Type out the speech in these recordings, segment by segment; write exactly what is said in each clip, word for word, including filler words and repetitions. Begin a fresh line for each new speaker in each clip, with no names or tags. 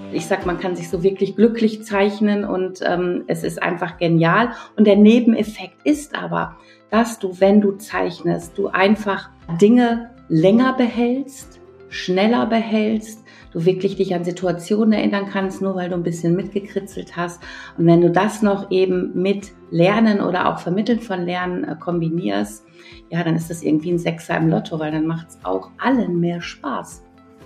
Ich sag, man kann sich so wirklich glücklich zeichnen und ähm, es ist einfach genial. Und der Nebeneffekt ist aber, dass du, wenn du zeichnest, du einfach Dinge länger behältst, schneller behältst, du wirklich dich an Situationen erinnern kannst, nur weil du ein bisschen mitgekritzelt hast. Und wenn du das noch eben mit Lernen oder auch Vermitteln von Lernen äh, kombinierst, ja, dann ist das irgendwie ein Sechser im Lotto, weil dann macht es auch allen mehr Spaß.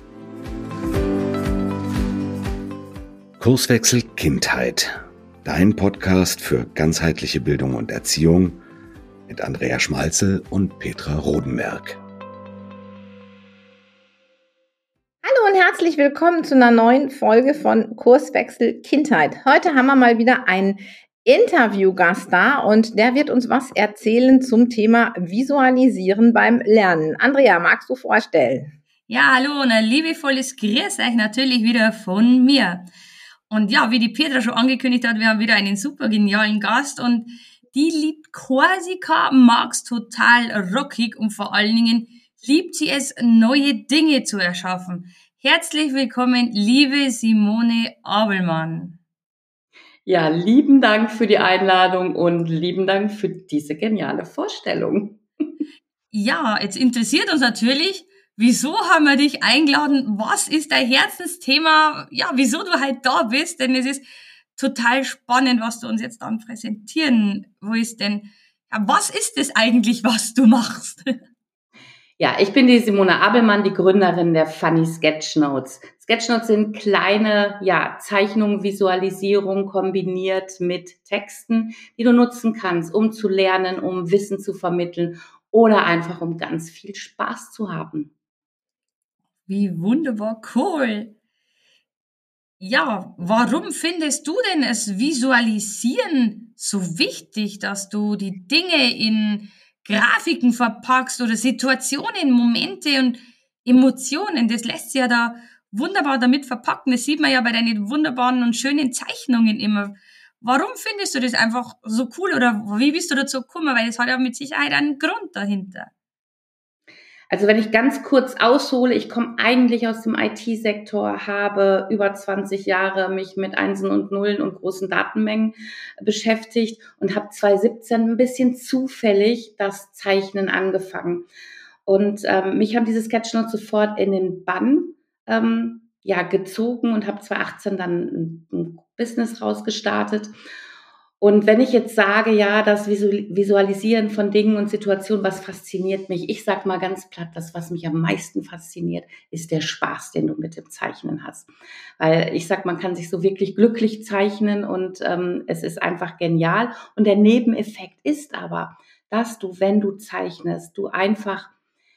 Kurswechsel Kindheit. Dein Podcast für ganzheitliche Bildung und Erziehung mit Andrea Schmalzel und Petra Rodenberg.
Hallo und herzlich willkommen zu einer neuen Folge von Kurswechsel Kindheit. Heute haben wir mal wieder einen Interviewgast da und der wird uns was erzählen zum Thema Visualisieren beim Lernen. Andrea, magst du vorstellen?
Ja, hallo und ein liebevolles Grüß euch natürlich wieder von mir. Und ja, wie die Petra schon angekündigt hat, wir haben wieder einen super genialen Gast und die liebt Korsika, mag's total rockig und vor allen Dingen liebt sie es, neue Dinge zu erschaffen. Herzlich willkommen, liebe Simone Abelmann.
Ja, lieben Dank für die Einladung und lieben Dank für diese geniale Vorstellung.
Ja, jetzt interessiert uns natürlich, wieso haben wir dich eingeladen? Was ist dein Herzensthema? Ja, wieso du halt da bist? Denn es ist total spannend, was du uns jetzt dann präsentieren willst. Denn ja, was ist es eigentlich, was du machst?
Ja, ich bin die Simone Abelmann, die Gründerin der Funny Sketchnotes. Sketchnotes sind kleine, ja, Zeichnungen, Visualisierung kombiniert mit Texten, die du nutzen kannst, um zu lernen, um Wissen zu vermitteln oder einfach um ganz viel Spaß zu haben.
Wie wunderbar cool. Ja, warum findest du denn es Visualisieren so wichtig, dass du die Dinge in Grafiken verpackst oder Situationen, Momente und Emotionen? Das lässt sich ja da wunderbar damit verpacken. Das sieht man ja bei deinen wunderbaren und schönen Zeichnungen immer. Warum findest du das einfach so cool oder wie bist du dazu gekommen? Weil es hat ja mit Sicherheit einen Grund dahinter.
Also wenn ich ganz kurz aushole, ich komme eigentlich aus dem I T-Sektor, habe über zwanzig Jahre mich mit Einsen und Nullen und großen Datenmengen beschäftigt und habe zwanzig siebzehn ein bisschen zufällig das Zeichnen angefangen. Und ähm, mich haben diese Sketchnotes sofort in den Bann ähm, ja, gezogen und habe zwanzig achtzehn dann ein, ein Business rausgestartet. Und wenn ich jetzt sage, ja, das Visualisieren von Dingen und Situationen, was fasziniert mich? Ich sag mal ganz platt, das, was mich am meisten fasziniert, ist der Spaß, den du mit dem Zeichnen hast. Weil ich sag, man kann sich so wirklich glücklich zeichnen und ähm, es ist einfach genial. Und der Nebeneffekt ist aber, dass du, wenn du zeichnest, du einfach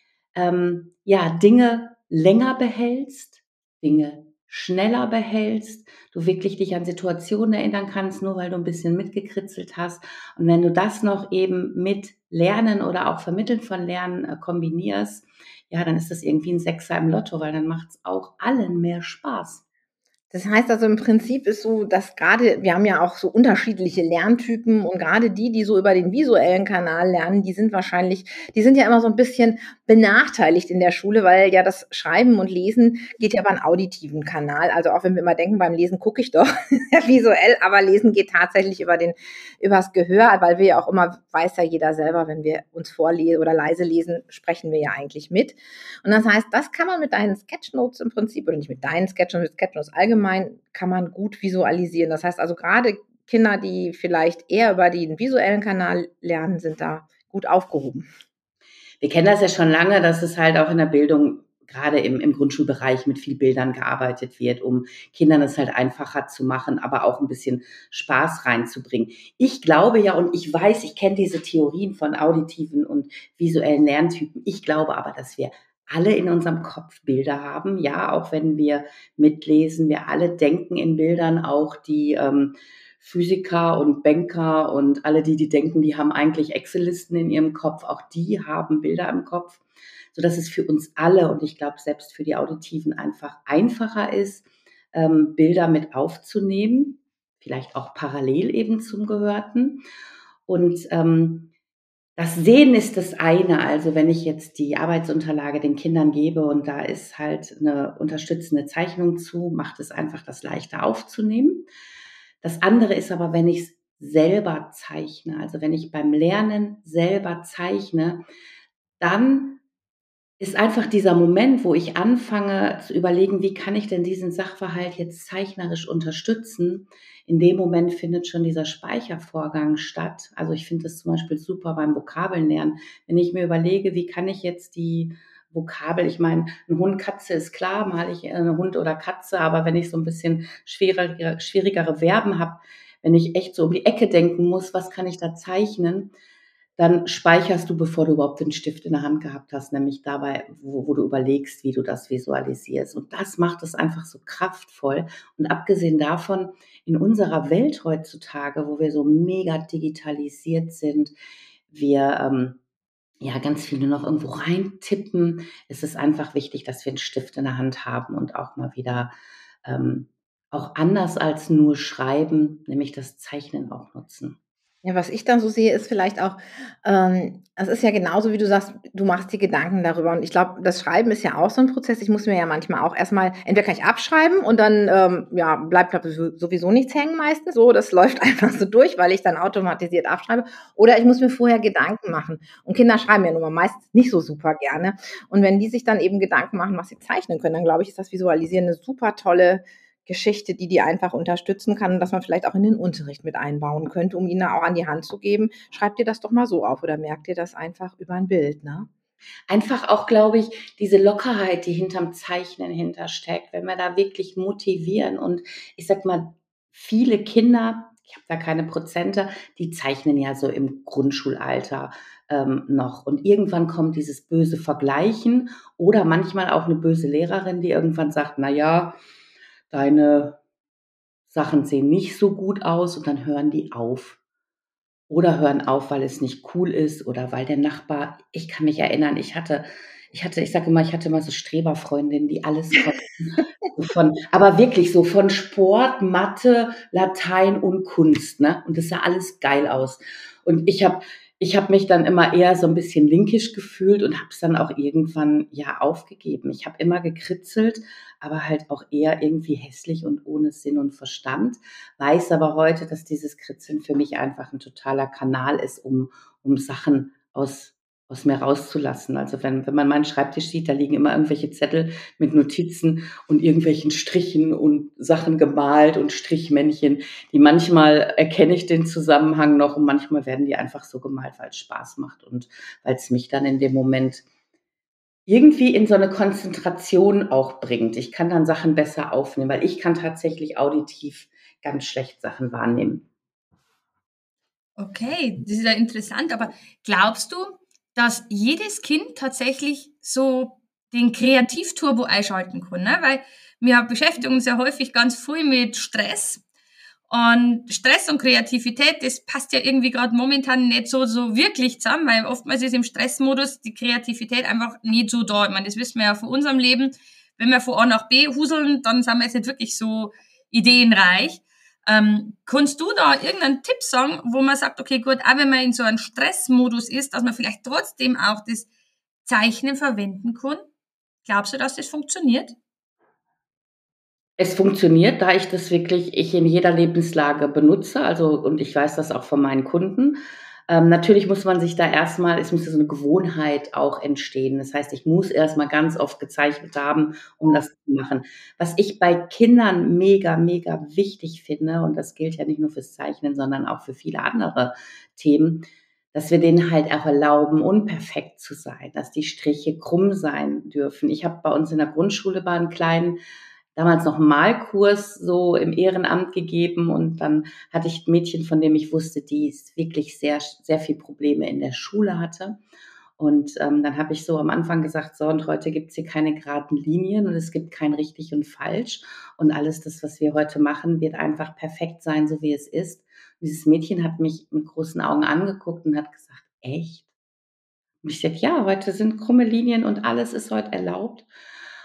ähm, ja Dinge länger behältst, Dinge schneller behältst, du wirklich dich an Situationen erinnern kannst, nur weil du ein bisschen mitgekritzelt hast. Und wenn du das noch eben mit Lernen oder auch Vermitteln von Lernen äh, kombinierst, ja, dann ist das irgendwie ein Sechser im Lotto, weil dann macht es auch allen mehr Spaß.
Das heißt also im Prinzip ist so, dass gerade, wir haben ja auch so unterschiedliche Lerntypen und gerade die, die so über den visuellen Kanal lernen, die sind wahrscheinlich, die sind ja immer so ein bisschen benachteiligt in der Schule, weil ja das Schreiben und Lesen geht ja über einen auditiven Kanal. Also auch wenn wir immer denken, beim Lesen gucke ich doch visuell, aber Lesen geht tatsächlich über den, übers Gehör, weil wir ja auch immer, weiß ja jeder selber, wenn wir uns vorlesen oder leise lesen, sprechen wir ja eigentlich mit. Und das heißt, das kann man mit deinen Sketchnotes im Prinzip, oder nicht mit deinen Sketchnotes, mit Sketchnotes allgemein, kann man gut visualisieren. Das heißt also, gerade Kinder, die vielleicht eher über den visuellen Kanal lernen, sind da gut aufgehoben.
Wir kennen das ja schon lange, dass es halt auch in der Bildung, gerade im, im Grundschulbereich, mit viel Bildern gearbeitet wird, um Kindern es halt einfacher zu machen, aber auch ein bisschen Spaß reinzubringen. Ich glaube ja, und ich weiß, ich kenne diese Theorien von auditiven und visuellen Lerntypen. Ich glaube aber, dass wir alle in unserem Kopf Bilder haben, ja, auch wenn wir mitlesen, wir alle denken in Bildern, auch die ähm, Physiker und Banker und alle die, die denken, die haben eigentlich Excel-Listen in ihrem Kopf, auch die haben Bilder im Kopf, sodass es für uns alle und ich glaube selbst für die Auditiven einfach einfacher ist, ähm, Bilder mit aufzunehmen, vielleicht auch parallel eben zum Gehörten. Und ähm, Das Sehen ist das eine. Also wenn ich jetzt die Arbeitsunterlage den Kindern gebe und da ist halt eine unterstützende Zeichnung zu, macht es einfach das leichter aufzunehmen. Das andere ist aber, wenn ich's selber zeichne, also wenn ich beim Lernen selber zeichne, dann ist einfach dieser Moment, wo ich anfange zu überlegen, wie kann ich denn diesen Sachverhalt jetzt zeichnerisch unterstützen? In dem Moment findet schon dieser Speichervorgang statt. Also ich finde das zum Beispiel super beim Vokabeln lernen. Wenn ich mir überlege, wie kann ich jetzt die Vokabel, ich meine, ein Hund, Katze ist klar, male ich äh, Hund oder Katze, aber wenn ich so ein bisschen schwierigere, schwierigere Verben habe, wenn ich echt so um die Ecke denken muss, was kann ich da zeichnen? Dann speicherst du, bevor du überhaupt den Stift in der Hand gehabt hast, nämlich dabei, wo, wo du überlegst, wie du das visualisierst. Und das macht es einfach so kraftvoll. Und abgesehen davon, in unserer Welt heutzutage, wo wir so mega digitalisiert sind, wir ähm, ja ganz viel nur noch irgendwo reintippen, ist es einfach wichtig, dass wir einen Stift in der Hand haben und auch mal wieder ähm, auch anders als nur schreiben, nämlich das Zeichnen auch nutzen.
Ja, was ich dann so sehe, ist vielleicht auch, ähm, es ist ja genauso, wie du sagst, du machst dir Gedanken darüber. Und ich glaube, das Schreiben ist ja auch so ein Prozess. Ich muss mir ja manchmal auch erstmal, entweder kann ich abschreiben und dann, ähm, ja, bleibt da sowieso nichts hängen meistens. So, das läuft einfach so durch, weil ich dann automatisiert abschreibe. Oder ich muss mir vorher Gedanken machen. Und Kinder schreiben ja nun mal meistens nicht so super gerne. Und wenn die sich dann eben Gedanken machen, was sie zeichnen können, dann glaube ich, ist das Visualisieren eine super tolle Geschichte, die die einfach unterstützen kann und dass man vielleicht auch in den Unterricht mit einbauen könnte, um ihnen auch an die Hand zu geben: „Schreib dir das doch mal so auf oder merk dir das einfach über ein Bild“, ne?
Einfach auch, glaube ich, diese Lockerheit, die hinterm Zeichnen hintersteckt, wenn wir da wirklich motivieren und ich sage mal, viele Kinder, ich habe da keine Prozente, die zeichnen ja so im Grundschulalter, ähm, noch und irgendwann kommt dieses böse Vergleichen oder manchmal auch 'ne böse Lehrerin, die irgendwann sagt: „Na ja, deine Sachen sehen nicht so gut aus“, und dann hören die auf. Oder hören auf, weil es nicht cool ist oder weil der Nachbar, ich kann mich erinnern, ich hatte ich hatte ich sage immer, ich hatte immer so Streberfreundinnen, die alles konnten. So von aber wirklich so von Sport, Mathe, Latein und Kunst, ne? Und das sah alles geil aus. Und ich habe ich habe mich dann immer eher so 'n bisschen linkisch gefühlt und habe es dann auch irgendwann, ja, aufgegeben. Ich habe immer gekritzelt, aber halt auch eher irgendwie hässlich und ohne Sinn und Verstand. Weiß aber heute, dass dieses Kritzeln für mich einfach 'n totaler Kanal ist, um um Sachen aus aus mir rauszulassen. Also, wenn wenn man meinen Schreibtisch sieht, da liegen immer irgendwelche Zettel mit Notizen und irgendwelchen Strichen und Sachen gemalt und Strichmännchen, die manchmal erkenne ich den Zusammenhang noch und manchmal werden die einfach so gemalt, weil's Spaß macht und weil's mich dann in dem Moment irgendwie in so 'ne Konzentration auch bringt. Ich kann dann Sachen besser aufnehmen, weil ich kann tatsächlich auditiv ganz schlecht Sachen wahrnehmen.
Okay, das ist ja interessant, aber glaubst du, dass jedes Kind tatsächlich so den Kreativturbo einschalten kann, ne? Weil wir beschäftigen uns ja häufig ganz viel mit Stress und Stress und Kreativität, das passt ja irgendwie gerade momentan nicht so so wirklich zusammen, weil oftmals ist im Stressmodus die Kreativität einfach nicht so da. Ich meine, das wissen wir ja von unserem Leben. Wenn wir von A nach B huseln, dann sind wir jetzt nicht wirklich so ideenreich. Ähm, kannst du da irgendeinen Tipp sagen, wo man sagt, okay, gut, auch wenn man in so einem Stressmodus ist, dass man vielleicht trotzdem auch das Zeichnen verwenden kann? Glaubst du, dass das funktioniert?
Es funktioniert, da ich das wirklich ich in jeder Lebenslage benutze, also und ich weiß das auch von meinen Kunden. Ähm, natürlich muss man sich da erst mal es muss ja so 'ne Gewohnheit auch entstehen. Das heißt, ich muss erst mal ganz oft gezeichnet haben, um das zu machen. Was ich bei Kindern mega, mega wichtig finde, und das gilt ja nicht nur fürs Zeichnen, sondern auch für viele andere Themen, dass wir denen halt auch erlauben, unperfekt zu sein, dass die Striche krumm sein dürfen. Ich habe bei uns in der Grundschule mal 'n kleinen damals noch 'n Malkurs so im Ehrenamt gegeben und dann hatte ich 'n Mädchen, von dem ich wusste, die's wirklich sehr sehr viel Probleme in der Schule hatte. Und, ähm, dann habe ich so am Anfang gesagt: „So, und heute gibt's hier keine geraden Linien und es gibt kein richtig und falsch. Und alles das, was wir heute machen, wird einfach perfekt sein, so wie es ist.“ Und dieses Mädchen hat mich mit großen Augen angeguckt und hat gesagt: „Echt?“ Und ich sage: „Ja, heute sind krumme Linien und alles ist heute erlaubt.“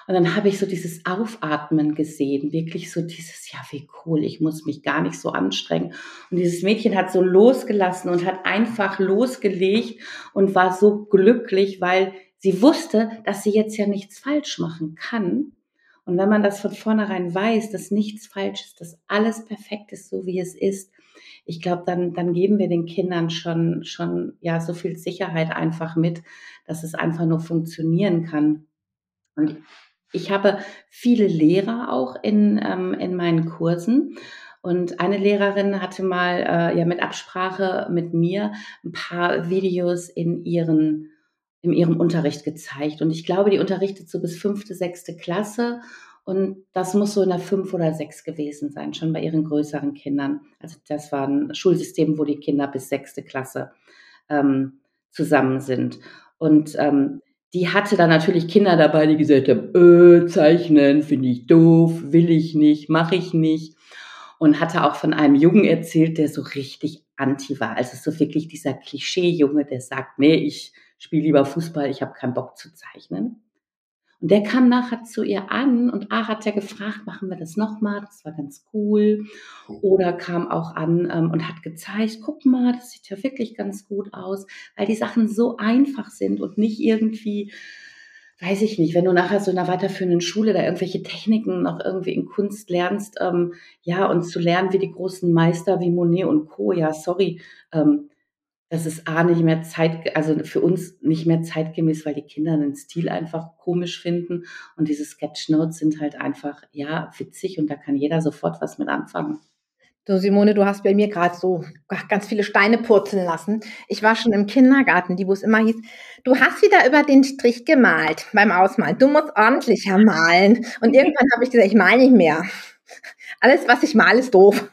Und dann habe ich so dieses Aufatmen gesehen, wirklich so dieses, ja, wie cool, ich muss mich gar nicht so anstrengen. Und dieses Mädchen hat so losgelassen und hat einfach losgelegt und war so glücklich, weil sie wusste, dass sie jetzt ja nichts falsch machen kann. Und wenn man das von vornherein weiß, dass nichts falsch ist, dass alles perfekt ist, so wie es ist, ich glaube, dann, dann geben wir den Kindern schon, schon, ja, so viel Sicherheit einfach mit, dass es einfach nur funktionieren kann. Und ich habe viele Lehrer auch in, ähm, in meinen Kursen. Und eine Lehrerin hatte mal äh, ja mit Absprache mit mir ein paar Videos in ihren in ihrem Unterricht gezeigt. Und ich glaube, die unterrichtet so bis fünfte, sechste Klasse. Und das muss so in der fünf oder sechs gewesen sein, schon bei ihren größeren Kindern. Also das war ein Schulsystem, wo die Kinder bis sechste Klasse ähm, zusammen sind. Und ähm, die hatte dann natürlich Kinder dabei, die gesagt haben, äh, zeichnen finde ich doof, will ich nicht, mache ich nicht. Und hatte auch von einem Jungen erzählt, der so richtig anti war. Also so wirklich dieser Klischee-Junge, der sagt, nee, ich spiele lieber Fußball, ich habe keinen Bock zu zeichnen. Und der kam nachher zu ihr an und A hat er gefragt, machen wir das nochmal, das war ganz cool. Oder kam auch an ähm, und hat gezeigt, guck mal, das sieht ja wirklich ganz gut aus, weil die Sachen so einfach sind und nicht irgendwie, weiß ich nicht, wenn du nachher so in einer weiterführenden Schule da irgendwelche Techniken noch irgendwie in Kunst lernst, ähm, ja, und zu lernen wie die großen Meister wie Monet und Co., ja, sorry, ähm, das ist A, nicht mehr zeit, also für uns nicht mehr zeitgemäß, weil die Kinder den Stil einfach komisch finden. Und diese Sketchnotes sind halt einfach, ja, witzig und da kann jeder sofort was mit anfangen.
Du, Simone, du hast bei mir gerade so ganz viele Steine purzeln lassen. Ich war schon im Kindergarten, die wo es immer hieß, du hast wieder über den Strich gemalt beim Ausmalen. Du musst ordentlicher malen. Und irgendwann habe ich gesagt, ich male nicht mehr. Alles, was ich male, ist doof.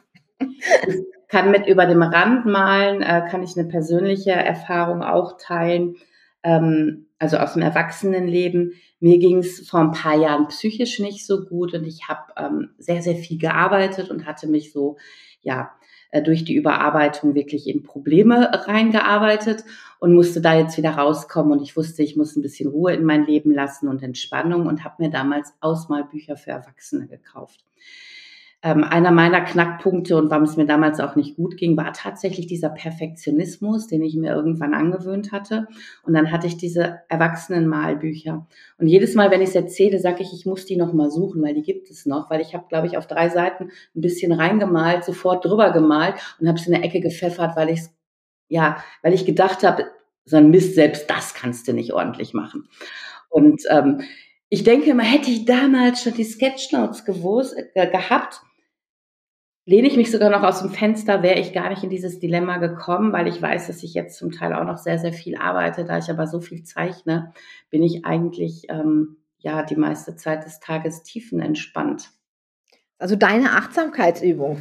Ich kann mit über dem Rand malen, äh, kann ich eine persönliche Erfahrung auch teilen, ähm, also aus dem Erwachsenenleben. Mir ging es vor ein paar Jahren psychisch nicht so gut und ich habe ähm, sehr, sehr viel gearbeitet und hatte mich so, ja, äh, durch die Überarbeitung wirklich in Probleme reingearbeitet und musste da jetzt wieder rauskommen und ich wusste, ich muss ein bisschen Ruhe in mein Leben lassen und Entspannung und habe mir damals Ausmalbücher für Erwachsene gekauft. Ähm, einer meiner Knackpunkte und warum es mir damals auch nicht gut ging, war tatsächlich dieser Perfektionismus, den ich mir irgendwann angewöhnt hatte. Und dann hatte ich diese Erwachsenenmalbücher. Und jedes Mal, wenn ich es erzähle, sage ich, ich muss die noch mal suchen, weil die gibt es noch. Weil ich habe, glaube ich, auf drei Seiten ein bisschen reingemalt, sofort drüber gemalt und habe es in der Ecke gepfeffert, weil ich ja, weil ich gedacht habe, so ein Mist, selbst das kannst du nicht ordentlich machen. Und ähm, ich denke immer, hätte ich damals schon die Sketchnotes gewusst, äh, gehabt, lehne ich mich sogar noch aus dem Fenster, wäre ich gar nicht in dieses Dilemma gekommen, weil ich weiß, dass ich jetzt zum Teil auch noch sehr, sehr viel arbeite. Da ich aber so viel zeichne, bin ich eigentlich ähm, ja die meiste Zeit des Tages tiefenentspannt.
Also deine Achtsamkeitsübung.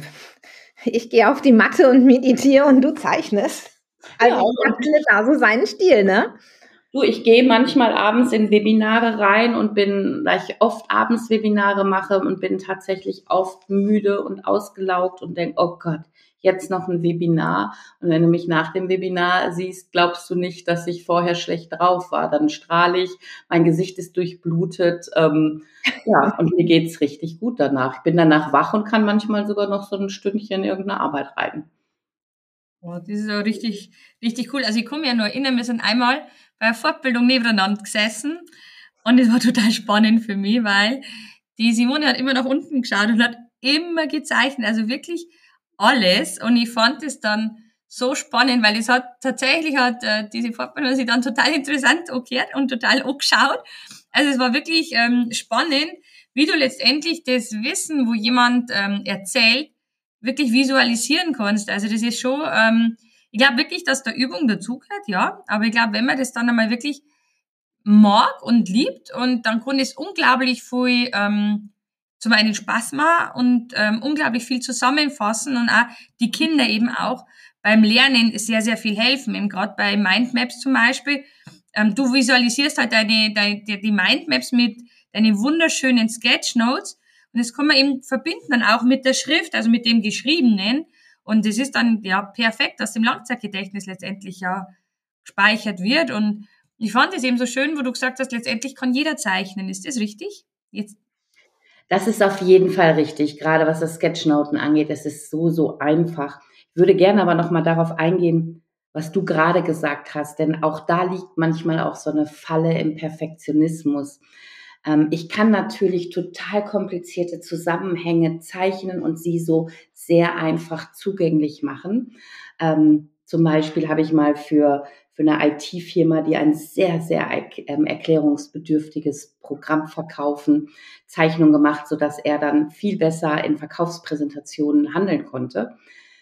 Ich gehe auf die Matte und meditiere und du zeichnest. Also
Ja,
jeder findet da so seinen Stil, ne?
Du, ich gehe manchmal abends in Webinare rein und bin, da ich oft abends Webinare mache und bin tatsächlich oft müde und ausgelaugt und denke, oh Gott, jetzt noch ein Webinar. Und wenn du mich nach dem Webinar siehst, glaubst du nicht, dass ich vorher schlecht drauf war. Dann strahle ich, mein Gesicht ist durchblutet. Ähm, ja, und mir geht's richtig gut danach. Ich bin danach wach und kann manchmal sogar noch so ein Stündchen in irgendeine Arbeit rein.
Oh, das ist ja richtig, richtig cool. Also ich komme ja nur erinnern, wir sind einmal bei einer Fortbildung nebeneinander gesessen und es war total spannend für mich, weil die Simone hat immer nach unten geschaut und hat immer gezeichnet, also wirklich alles. Und ich fand es dann so spannend, weil es hat tatsächlich hat äh, diese Fortbildung sich dann total interessant angehört und total angeschaut. Also es war wirklich ähm, spannend, wie du letztendlich das Wissen, wo jemand ähm, erzählt, wirklich visualisieren kannst. Also das ist schon, ähm, ich glaube wirklich, dass da Übung dazugehört, ja. Aber ich glaube, wenn man das dann einmal wirklich mag und liebt, und dann kann es unglaublich viel ähm, zum einen Spaß machen und ähm, unglaublich viel zusammenfassen und auch die Kinder eben auch beim Lernen sehr, sehr viel helfen. Eben gerade bei Mindmaps zum Beispiel. Ähm, du visualisierst halt deine, deine die Mindmaps mit deinen wunderschönen Sketchnotes. Und das kann man eben verbinden dann auch mit der Schrift, also mit dem Geschriebenen. Und das ist dann ja perfekt, dass im Langzeitgedächtnis letztendlich ja gespeichert wird. Und ich fand es eben so schön, wo du gesagt hast, letztendlich kann jeder zeichnen. Ist das richtig? Jetzt
Das ist auf jeden Fall richtig, gerade was das Sketchnoten angeht. Es ist so, so einfach. Ich würde gerne aber noch mal darauf eingehen, was du gerade gesagt hast, denn auch da liegt manchmal auch so eine Falle im Perfektionismus. Ähm, ich kann natürlich total komplizierte Zusammenhänge zeichnen und sie so sehr einfach zugänglich machen. Ähm, zum Beispiel habe ich mal für, für eine I T-Firma, die ein sehr, sehr ähm, erklärungsbedürftiges Programm verkaufen, Zeichnung gemacht, sodass er dann viel besser in Verkaufspräsentationen handeln konnte.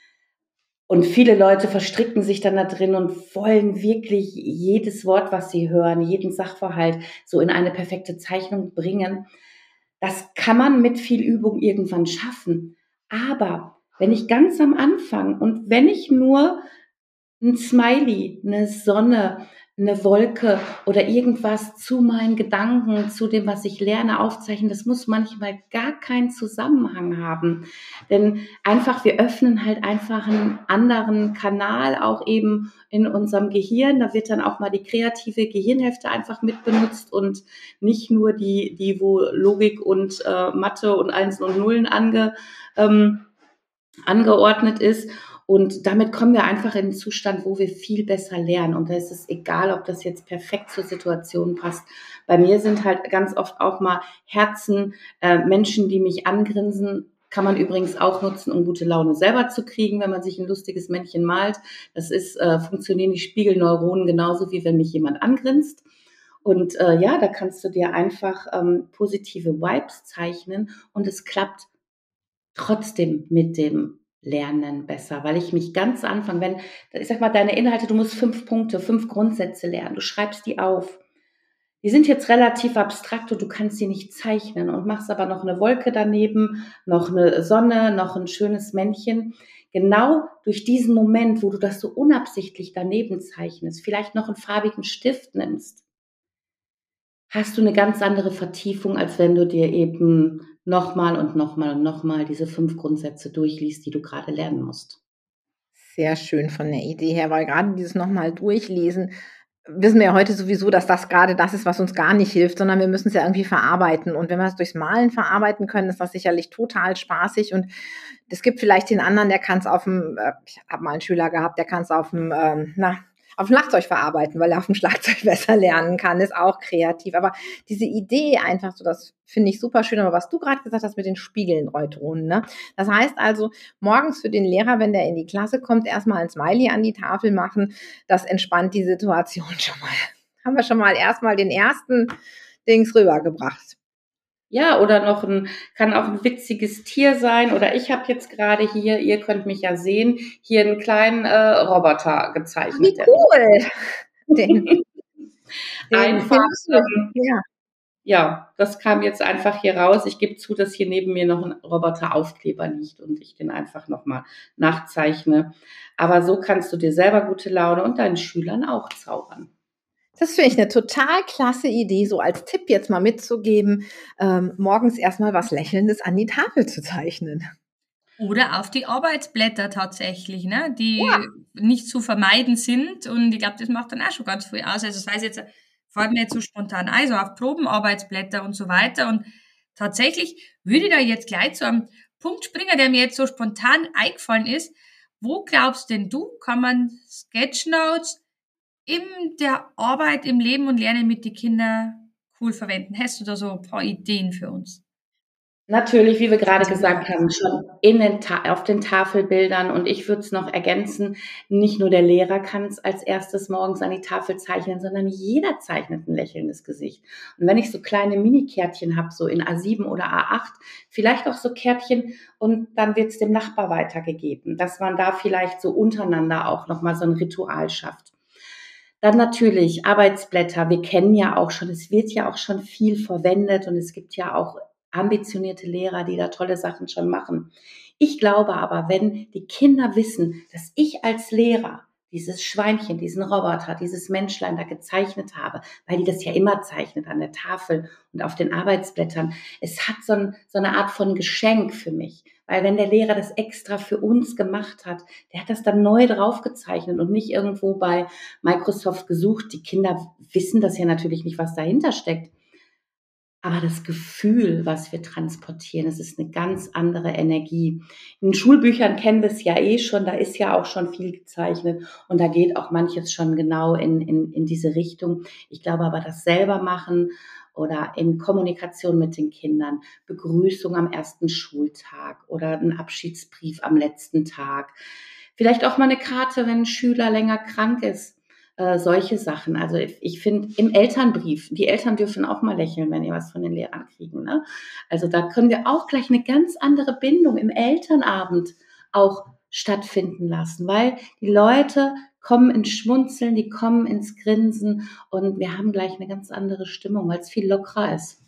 Und viele Leute verstricken sich dann da drin und wollen wirklich jedes Wort, was sie hören, jeden Sachverhalt so in eine perfekte Zeichnung bringen. Das kann man mit viel Übung irgendwann schaffen. Aber wenn ich ganz am Anfang und wenn ich nur ein Smiley, eine Sonne, eine Wolke oder irgendwas zu meinen Gedanken, zu dem, was ich lerne, aufzeichnen, das muss manchmal gar keinen Zusammenhang haben. Denn einfach, wir öffnen halt einfach einen anderen Kanal auch eben in unserem Gehirn. Da wird dann auch mal die kreative Gehirnhälfte einfach mit benutzt und nicht nur die, die wo Logik und äh, Mathe und Einsen und Nullen ange, ähm, angeordnet ist. Und damit kommen wir einfach in einen Zustand, wo wir viel besser lernen. Und da ist es egal, ob das jetzt perfekt zur Situation passt. Bei mir sind halt ganz oft auch mal Herzen, äh, Menschen, die mich angrinsen. Kann man übrigens auch nutzen, um gute Laune selber zu kriegen, wenn man sich ein lustiges Männchen malt. Das ist, äh, funktionieren die Spiegelneuronen genauso, wie wenn mich jemand angrinst. Und äh, ja, da kannst du dir einfach ähm, positive Vibes zeichnen und es klappt trotzdem mit dem Lernen besser, weil ich mich ganz Anfang, wenn, ich sag mal, deine Inhalte, du musst fünf Punkte, fünf Grundsätze lernen, du schreibst die auf. Die sind jetzt relativ abstrakt und du kannst sie nicht zeichnen und machst aber noch eine Wolke daneben, noch eine Sonne, noch ein schönes Männchen. Genau durch diesen Moment, wo du das so unabsichtlich daneben zeichnest, vielleicht noch einen farbigen Stift nimmst, hast du eine ganz andere Vertiefung, als wenn du dir eben nochmal und nochmal und nochmal diese fünf Grundsätze durchliest, die du gerade lernen musst.
Sehr schön von der Idee her, weil gerade dieses nochmal durchlesen, wissen wir ja heute sowieso, dass das gerade das ist, was uns gar nicht hilft, sondern wir müssen es ja irgendwie verarbeiten. Und wenn wir es durchs Malen verarbeiten können, ist das sicherlich total spaßig. Und es gibt vielleicht den anderen, der kann es auf dem, äh, ich habe mal einen Schüler gehabt, der kann es auf dem, ähm, na, auf dem Schlagzeug verarbeiten, weil er auf dem Schlagzeug besser lernen kann, ist auch kreativ. Aber diese Idee einfach so, das finde ich super schön. Aber was du gerade gesagt hast mit den Spiegelneutronen, ne? Das heißt also, morgens für den Lehrer, wenn der in die Klasse kommt, erstmal ein Smiley an die Tafel machen. Das entspannt die Situation schon mal. Haben wir schon mal erstmal den ersten Dings rübergebracht.
Ja, oder noch ein, kann auch ein witziges Tier sein. Oder ich habe jetzt gerade hier, ihr könnt mich ja sehen, hier einen kleinen äh, Roboter gezeichnet.
Wie cool! Den, den
Einfach, ähm,
ja.
ja, das kam jetzt einfach hier raus. Ich gebe zu, dass hier neben mir noch ein Roboteraufkleber liegt und ich den einfach nochmal nachzeichne. Aber so kannst du dir selber gute Laune und deinen Schülern auch zaubern.
Das finde ich eine total klasse Idee, so als Tipp jetzt mal mitzugeben, ähm, morgens erstmal was Lächelndes an die Tafel zu zeichnen.
Oder auf die Arbeitsblätter tatsächlich, ne, die
Ja.
nicht zu vermeiden sind. Und ich glaube, das macht dann auch schon ganz viel aus. Also sei es jetzt, fällt mir jetzt so spontan ein, so auf Probenarbeitsblätter und so weiter. Und tatsächlich würde ich da jetzt gleich zu einem Punkt springen, der mir jetzt so spontan eingefallen ist. Wo glaubst denn du, kann man Sketchnotes in der Arbeit, im Leben und Lernen mit den Kindern cool verwenden? Hast du da so ein paar Ideen für uns?
Natürlich, wie wir gerade gesagt haben, schon in den Ta- auf den Tafelbildern. Und ich würde es noch ergänzen, nicht nur der Lehrer kann es als erstes morgens an die Tafel zeichnen, sondern jeder zeichnet ein lächelndes Gesicht. Und wenn ich so kleine Mini-Kärtchen habe, so in A sieben oder A acht, vielleicht auch so Kärtchen und dann wird es dem Nachbar weitergegeben, dass man da vielleicht so untereinander auch nochmal so ein Ritual schafft. Dann natürlich Arbeitsblätter. Wir kennen ja auch schon, es wird ja auch schon viel verwendet und es gibt ja auch ambitionierte Lehrer, die da tolle Sachen schon machen. Ich glaube aber, wenn die Kinder wissen, dass ich als Lehrer dieses Schweinchen, diesen Roboter, dieses Menschlein da gezeichnet habe, weil die das ja immer zeichnet an der Tafel und auf den Arbeitsblättern. Es hat so, ein, so eine Art von Geschenk für mich. Weil wenn der Lehrer das extra für uns gemacht hat, der hat das dann neu draufgezeichnet und nicht irgendwo bei Microsoft gesucht. Die Kinder wissen das ja natürlich nicht, was dahinter steckt. aber das Gefühl, was wir transportieren, das ist eine ganz andere Energie. In Schulbüchern kennen wir es ja eh schon, da ist ja auch schon viel gezeichnet und da geht auch manches schon genau in, in, in diese Richtung. Ich glaube aber, das selber machen oder in Kommunikation mit den Kindern, Begrüßung am ersten Schultag oder ein Abschiedsbrief am letzten Tag. Vielleicht auch mal eine Karte, wenn ein Schüler länger krank ist. Äh, solche Sachen. Also ich, ich finde im Elternbrief, die Eltern dürfen auch mal lächeln, wenn ihr was von den Lehrern kriegen. Ne? Also da können wir auch gleich eine ganz andere Bindung im Elternabend auch stattfinden lassen, weil die Leute kommen ins Schmunzeln, die kommen ins Grinsen und wir haben gleich eine ganz andere Stimmung, weil es viel lockerer ist.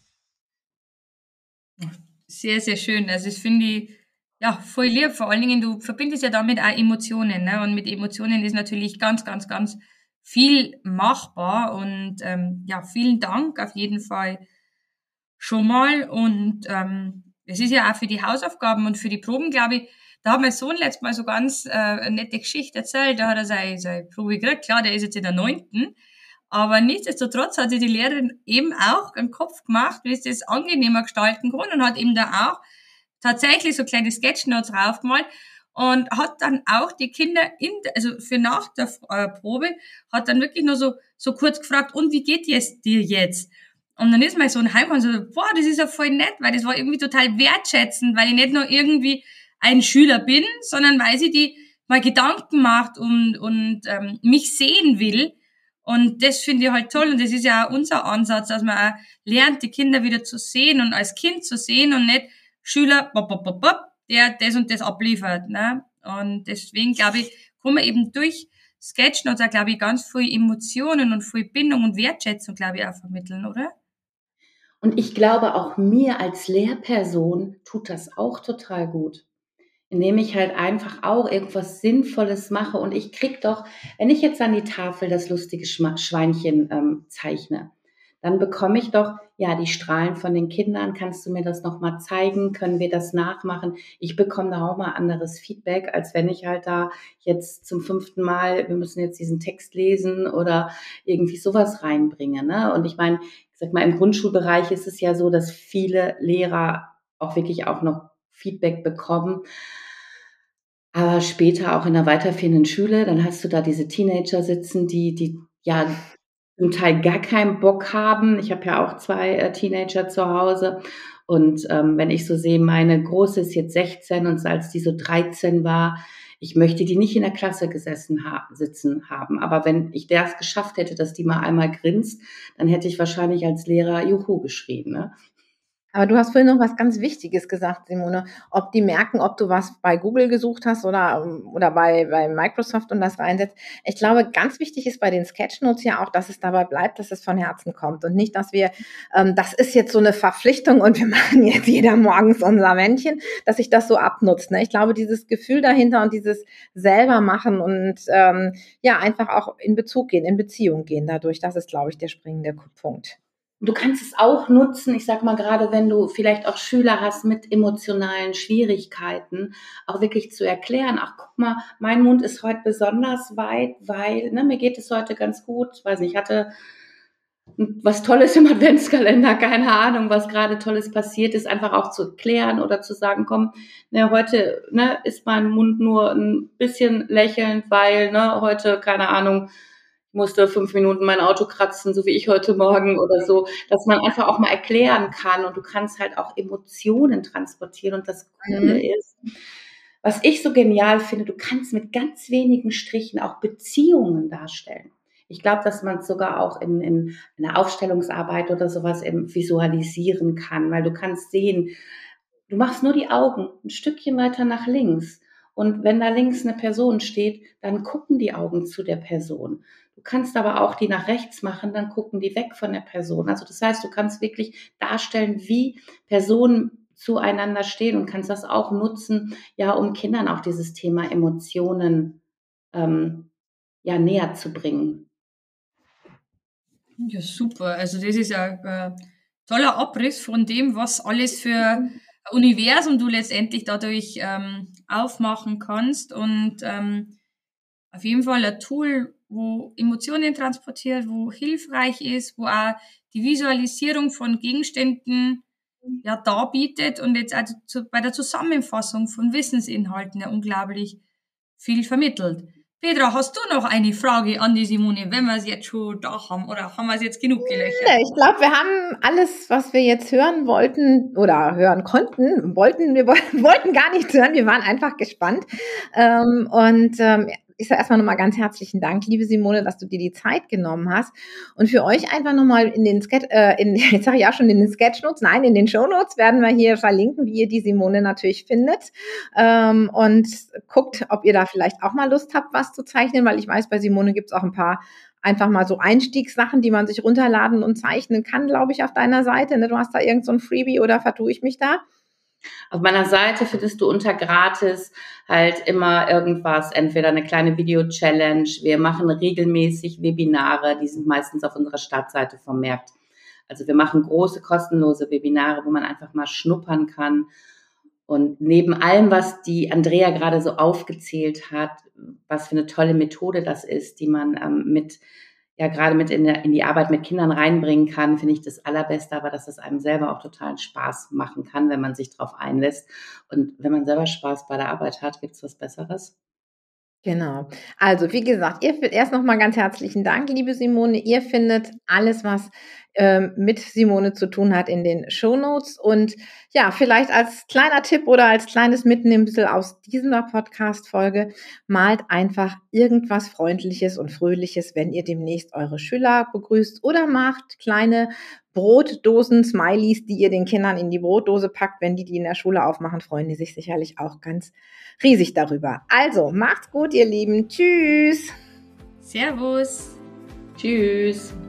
Sehr, sehr schön. Also ich finde die ja voll lieb. Vor allen Dingen, du verbindest ja damit auch Emotionen, ne? Und mit Emotionen ist natürlich ganz, ganz, ganz viel machbar. Und ähm, ja, vielen Dank auf jeden Fall schon mal. Und ähm, es ist ja auch für die Hausaufgaben und für die Proben, glaube ich, da hat mein Sohn letztes Mal so ganz äh, eine nette Geschichte erzählt. Da hat er seine, seine Probe gekriegt. Klar, der ist jetzt in der neunten. Aber nichtsdestotrotz hat sich die Lehrerin eben auch im Kopf gemacht, wie es das angenehmer gestalten kann und hat eben da auch tatsächlich so kleine Sketchnotes draufgemalt und hat dann auch die Kinder in, also für nach der äh, Probe, hat dann wirklich nur so, so kurz gefragt, und wie geht es dir jetzt? Und dann ist mein Sohn heimgekommen und so, boah, das ist ja voll nett, weil das war irgendwie total wertschätzend, weil ich nicht nur irgendwie ein Schüler bin, sondern weil sie die mal Gedanken macht und, und ähm, mich sehen will. Und das finde ich halt toll und das ist ja auch unser Ansatz, dass man auch lernt, die Kinder wieder zu sehen und als Kind zu sehen und nicht Schüler, bop, bop, bop, bop, der das und das abliefert. Ne? Und deswegen, glaube ich, kann man eben durch Sketchnotes auch, glaube ich, ganz viel Emotionen und viel Bindung und Wertschätzung, glaube ich, auch vermitteln, oder?
Und ich glaube, auch mir als Lehrperson tut das auch total gut. Indem ich halt einfach auch irgendwas Sinnvolles mache und ich krieg doch, wenn ich jetzt an die Tafel das lustige Schweinchen ähm, zeichne, dann bekomme ich doch, ja, die Strahlen von den Kindern, kannst du mir das nochmal zeigen, können wir das nachmachen? Ich bekomme da auch mal anderes Feedback, als wenn ich halt da jetzt zum fünften Mal, wir müssen jetzt diesen Text lesen oder irgendwie sowas reinbringe, ne? Und ich meine, ich sag mal, im Grundschulbereich ist es ja so, dass viele Lehrer auch wirklich auch noch Feedback bekommen. Aber später auch in der weiterführenden Schule, dann hast du da diese Teenager sitzen, die, die ja zum Teil gar keinen Bock haben. Ich habe ja auch zwei äh, Teenager zu Hause. Und ähm, wenn ich so sehe, meine Große ist jetzt sechzehn und als die so dreizehn war, ich möchte die nicht in der Klasse gesessen ha- sitzen haben. Aber wenn ich das geschafft hätte, dass die mal einmal grinst, dann hätte ich wahrscheinlich als Lehrer Juhu geschrien, ne?
Aber du hast vorhin noch was ganz Wichtiges gesagt, Simone. Ob die merken, ob du was bei Google gesucht hast oder, oder bei, bei Microsoft und das reinsetzt. Ich glaube, ganz wichtig ist bei den Sketchnotes ja auch, dass es dabei bleibt, dass es von Herzen kommt und nicht, dass wir, ähm, das ist jetzt so eine Verpflichtung und wir machen jetzt jeder morgens unser Männchen, dass sich das so abnutzt. Ne? Ich glaube, dieses Gefühl dahinter und dieses selber machen und ähm, ja, einfach auch in Bezug gehen, in Beziehung gehen dadurch, das ist, glaube ich, der springende Punkt.
Du kannst es auch nutzen, ich sag mal, gerade wenn du vielleicht auch Schüler hast mit emotionalen Schwierigkeiten, auch wirklich zu erklären, ach guck mal, mein Mund ist heute besonders weit, weil, ne, mir geht es heute ganz gut, ich weiß nicht, ich hatte was Tolles im Adventskalender, keine Ahnung, was gerade Tolles passiert ist, einfach auch zu erklären oder zu sagen, komm, ne, heute ne, ist mein Mund nur ein bisschen lächelnd, weil ne, heute, keine Ahnung, ich musste fünf Minuten mein Auto kratzen, so wie ich heute Morgen oder so, dass man einfach auch mal erklären kann und du kannst halt auch Emotionen transportieren und das Coole
Mhm.
ist, was ich so genial finde, du kannst mit ganz wenigen Strichen auch Beziehungen darstellen. Ich glaube, dass man es sogar auch in, in einer Aufstellungsarbeit oder sowas eben visualisieren kann, weil du kannst sehen, du machst nur die Augen ein Stückchen weiter nach links. Und wenn da links eine Person steht, dann gucken die Augen zu der Person. Du kannst aber auch die nach rechts machen, dann gucken die weg von der Person. Also das heißt, du kannst wirklich darstellen, wie Personen zueinander stehen und kannst das auch nutzen, ja, um Kindern auch dieses Thema Emotionen ähm, ja, näher zu bringen.
Ja, super. Also das ist ja ein äh, toller Abriss von dem, was alles für ein Universum du letztendlich dadurch ähm, aufmachen kannst und ähm, auf jeden Fall ein Tool, wo Emotionen transportiert, wo hilfreich ist, wo auch die Visualisierung von Gegenständen ja darbietet und jetzt also zu, bei der Zusammenfassung von Wissensinhalten ja unglaublich viel vermittelt. Petra, hast du noch eine Frage an die Simone, wenn wir sie jetzt schon da haben, oder haben wir es jetzt genug gelöchert?
Ja, ich glaube, wir haben alles, was wir jetzt hören wollten oder hören konnten, wollten, wir wollten gar nichts hören, wir waren einfach gespannt. Ähm, und ähm, ich sage erstmal nochmal ganz herzlichen Dank, liebe Simone, dass du dir die Zeit genommen hast. Und für euch einfach nochmal in den Sketch, äh, in, jetzt sage ich auch schon in den Sketchnotes, nein, in den Shownotes werden wir hier verlinken, wie ihr die Simone natürlich findet. Ähm, und guckt, ob ihr da vielleicht auch mal Lust habt, was zu zeichnen, weil ich weiß, bei Simone gibt es auch ein paar einfach mal so Einstiegssachen, die man sich runterladen und zeichnen kann, glaube ich, auf deiner Seite. Ne? Du hast da irgend so ein Freebie oder vertue ich mich da?
Auf meiner Seite findest du unter gratis halt immer irgendwas, entweder eine kleine Video-Challenge. Wir machen regelmäßig Webinare, die sind meistens auf unserer Startseite vermerkt. Also wir machen große kostenlose Webinare, wo man einfach mal schnuppern kann. Und neben allem, was die Andrea gerade so aufgezählt hat, was für eine tolle Methode das ist, die man ähm, mit ja gerade mit in, der, in die Arbeit mit Kindern reinbringen kann, finde ich das Allerbeste, aber dass es einem selber auch total Spaß machen kann, wenn man sich drauf einlässt. Und wenn man selber Spaß bei der Arbeit hat, gibt es was Besseres?
Genau. Also, wie gesagt, ihr erst noch mal ganz herzlichen Dank, liebe Simone. Ihr findet alles, was ähm, mit Simone zu tun hat, in den Shownotes. Und ja, vielleicht als kleiner Tipp oder als kleines Mitnehmsel aus dieser Podcast-Folge, malt einfach irgendwas Freundliches und Fröhliches, wenn ihr demnächst eure Schüler begrüßt, oder macht kleine Brotdosen, Smileys, die ihr den Kindern in die Brotdose packt. Wenn die die in der Schule aufmachen, freuen die sich sicherlich auch ganz riesig darüber. Also, macht's gut, ihr Lieben. Tschüss.
Servus.
Tschüss.